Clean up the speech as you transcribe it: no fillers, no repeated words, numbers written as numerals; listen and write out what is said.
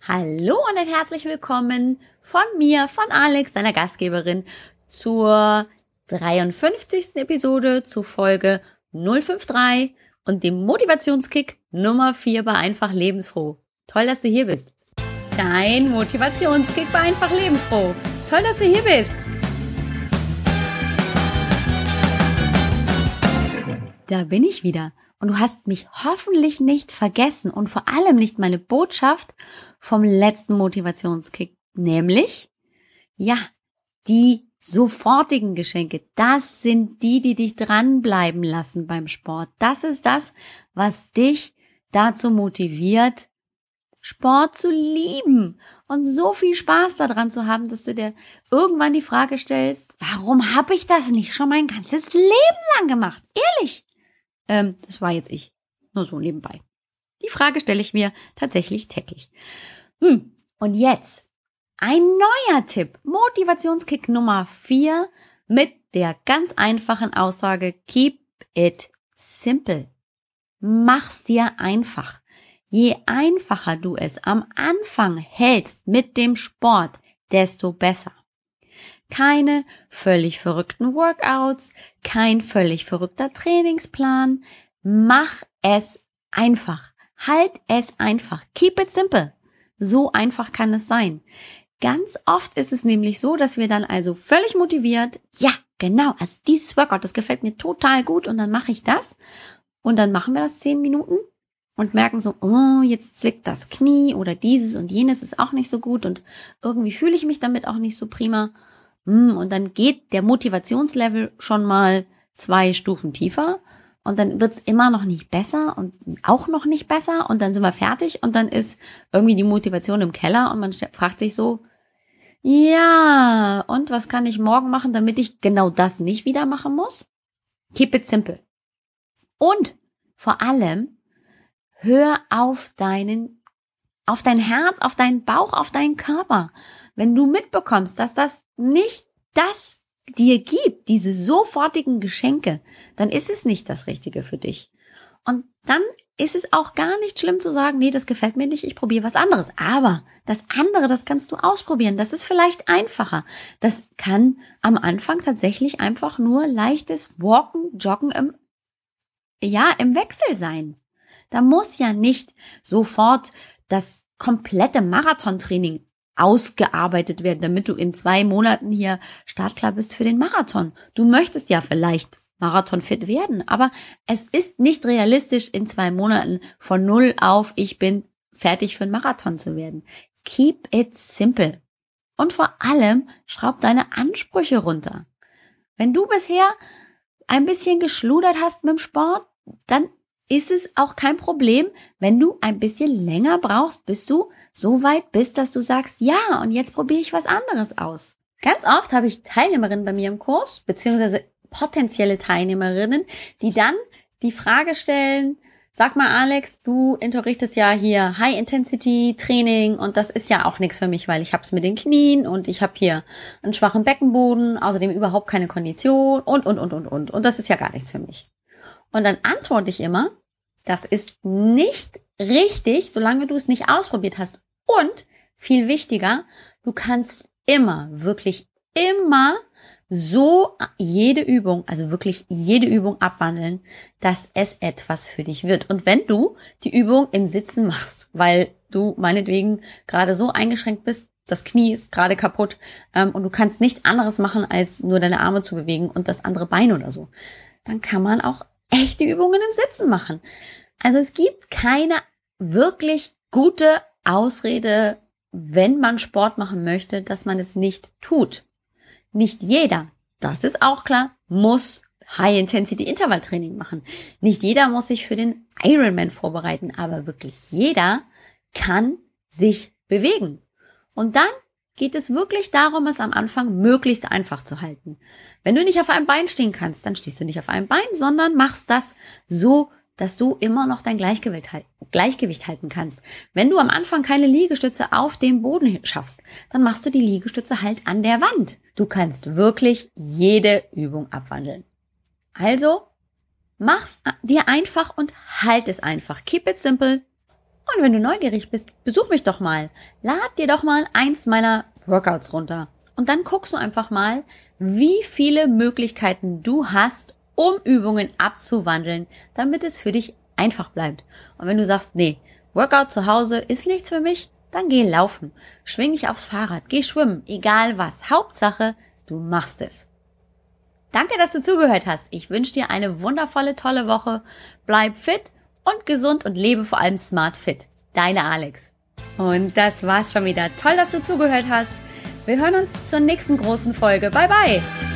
Hallo und ein herzlich willkommen von mir, von Alex, deiner Gastgeberin, zur 53. Episode, zu Folge 053 und dem Motivationskick Nummer 4 bei Einfach Lebensfroh. Toll, dass du hier bist. Dein Motivationskick bei Einfach Lebensfroh. Toll, dass du hier bist. Da bin ich wieder. Und du hast mich hoffentlich nicht vergessen und vor allem nicht meine Botschaft vom letzten Motivationskick, nämlich, ja, die sofortigen Geschenke, das sind die dich dranbleiben lassen beim Sport. Das ist das, was dich dazu motiviert, Sport zu lieben und so viel Spaß daran zu haben, dass du dir irgendwann die Frage stellst, warum habe ich das nicht schon mein ganzes Leben lang gemacht? Ehrlich. Das war jetzt ich. Nur so nebenbei. Die Frage stelle ich mir tatsächlich täglich. Und jetzt ein neuer Tipp. Motivationskick Nummer 4 mit der ganz einfachen Aussage, keep it simple. Mach's dir einfach. Je einfacher du es am Anfang hältst mit dem Sport, desto besser. Keine völlig verrückten Workouts, kein völlig verrückter Trainingsplan. Mach es einfach. Halt es einfach. Keep it simple. So einfach kann es sein. Ganz oft ist es nämlich so, dass wir dann also völlig motiviert, ja, genau, also dieses Workout, das gefällt mir total gut und dann mache ich das. Und dann machen wir das 10 Minuten und merken so, oh, jetzt zwickt das Knie oder dieses und jenes ist auch nicht so gut und irgendwie fühle ich mich damit auch nicht so prima. Und dann geht der Motivationslevel schon mal 2 Stufen tiefer und dann wird's immer noch nicht besser und auch noch nicht besser und dann sind wir fertig und dann ist irgendwie die Motivation im Keller und man fragt sich so, ja, und was kann ich morgen machen, damit ich genau das nicht wieder machen muss? Keep it simple. Und vor allem, hör auf dein Herz, auf deinen Bauch, auf deinen Körper. Wenn du mitbekommst, dass das nicht das dir gibt, diese sofortigen Geschenke, dann ist es nicht das Richtige für dich. Und dann ist es auch gar nicht schlimm zu sagen, nee, das gefällt mir nicht, ich probiere was anderes. Aber das andere, das kannst du ausprobieren. Das ist vielleicht einfacher. Das kann am Anfang tatsächlich einfach nur leichtes Walken, Joggen im Wechsel sein. Da muss ja nicht sofort das komplette Marathontraining ausgearbeitet werden, damit du in 2 Monaten hier startklar bist für den Marathon. Du möchtest ja vielleicht marathonfit werden, aber es ist nicht realistisch, in 2 Monaten von 0 auf ich bin fertig für den Marathon zu werden. Keep it simple. Und vor allem schraub deine Ansprüche runter. Wenn du bisher ein bisschen geschludert hast mit dem Sport, dann ist es auch kein Problem, wenn du ein bisschen länger brauchst, bis du so weit bist, dass du sagst, ja, und jetzt probiere ich was anderes aus. Ganz oft habe ich Teilnehmerinnen bei mir im Kurs, beziehungsweise potenzielle Teilnehmerinnen, die dann die Frage stellen, sag mal Alex, du unterrichtest ja hier High-Intensity-Training und das ist ja auch nichts für mich, weil ich habe es mit den Knien und ich habe hier einen schwachen Beckenboden, außerdem überhaupt keine Kondition und. Und das ist ja gar nichts für mich. Und dann antworte ich immer, das ist nicht richtig, solange du es nicht ausprobiert hast. Und viel wichtiger, du kannst immer, wirklich immer so jede Übung, also wirklich jede Übung abwandeln, dass es etwas für dich wird. Und wenn du die Übung im Sitzen machst, weil du meinetwegen gerade so eingeschränkt bist, das Knie ist gerade kaputt und du kannst nichts anderes machen, als nur deine Arme zu bewegen und das andere Bein oder so, dann kann man auch echte Übungen im Sitzen machen. Also es gibt keine wirklich gute Ausrede, wenn man Sport machen möchte, dass man es nicht tut. Nicht jeder, das ist auch klar, muss High-Intensity-Intervalltraining machen. Nicht jeder muss sich für den Ironman vorbereiten, aber wirklich jeder kann sich bewegen. Und dann geht es wirklich darum, es am Anfang möglichst einfach zu halten. Wenn du nicht auf einem Bein stehen kannst, dann stehst du nicht auf einem Bein, sondern machst das so, dass du immer noch dein Gleichgewicht halten kannst. Wenn du am Anfang keine Liegestütze auf dem Boden schaffst, dann machst du die Liegestütze halt an der Wand. Du kannst wirklich jede Übung abwandeln. Also, mach's dir einfach und halt es einfach. Keep it simple. Und wenn du neugierig bist, besuch mich doch mal. Lad dir doch mal eins meiner Workouts runter. Und dann guckst du einfach mal, wie viele Möglichkeiten du hast, um Übungen abzuwandeln, damit es für dich einfach bleibt. Und wenn du sagst, nee, Workout zu Hause ist nichts für mich, dann geh laufen. Schwing dich aufs Fahrrad, geh schwimmen, egal was. Hauptsache, du machst es. Danke, dass du zugehört hast. Ich wünsche dir eine wundervolle, tolle Woche. Bleib fit und gesund und lebe vor allem smart fit. Deine Alex. Und das war's schon wieder. Toll, dass du zugehört hast. Wir hören uns zur nächsten großen Folge. Bye, bye.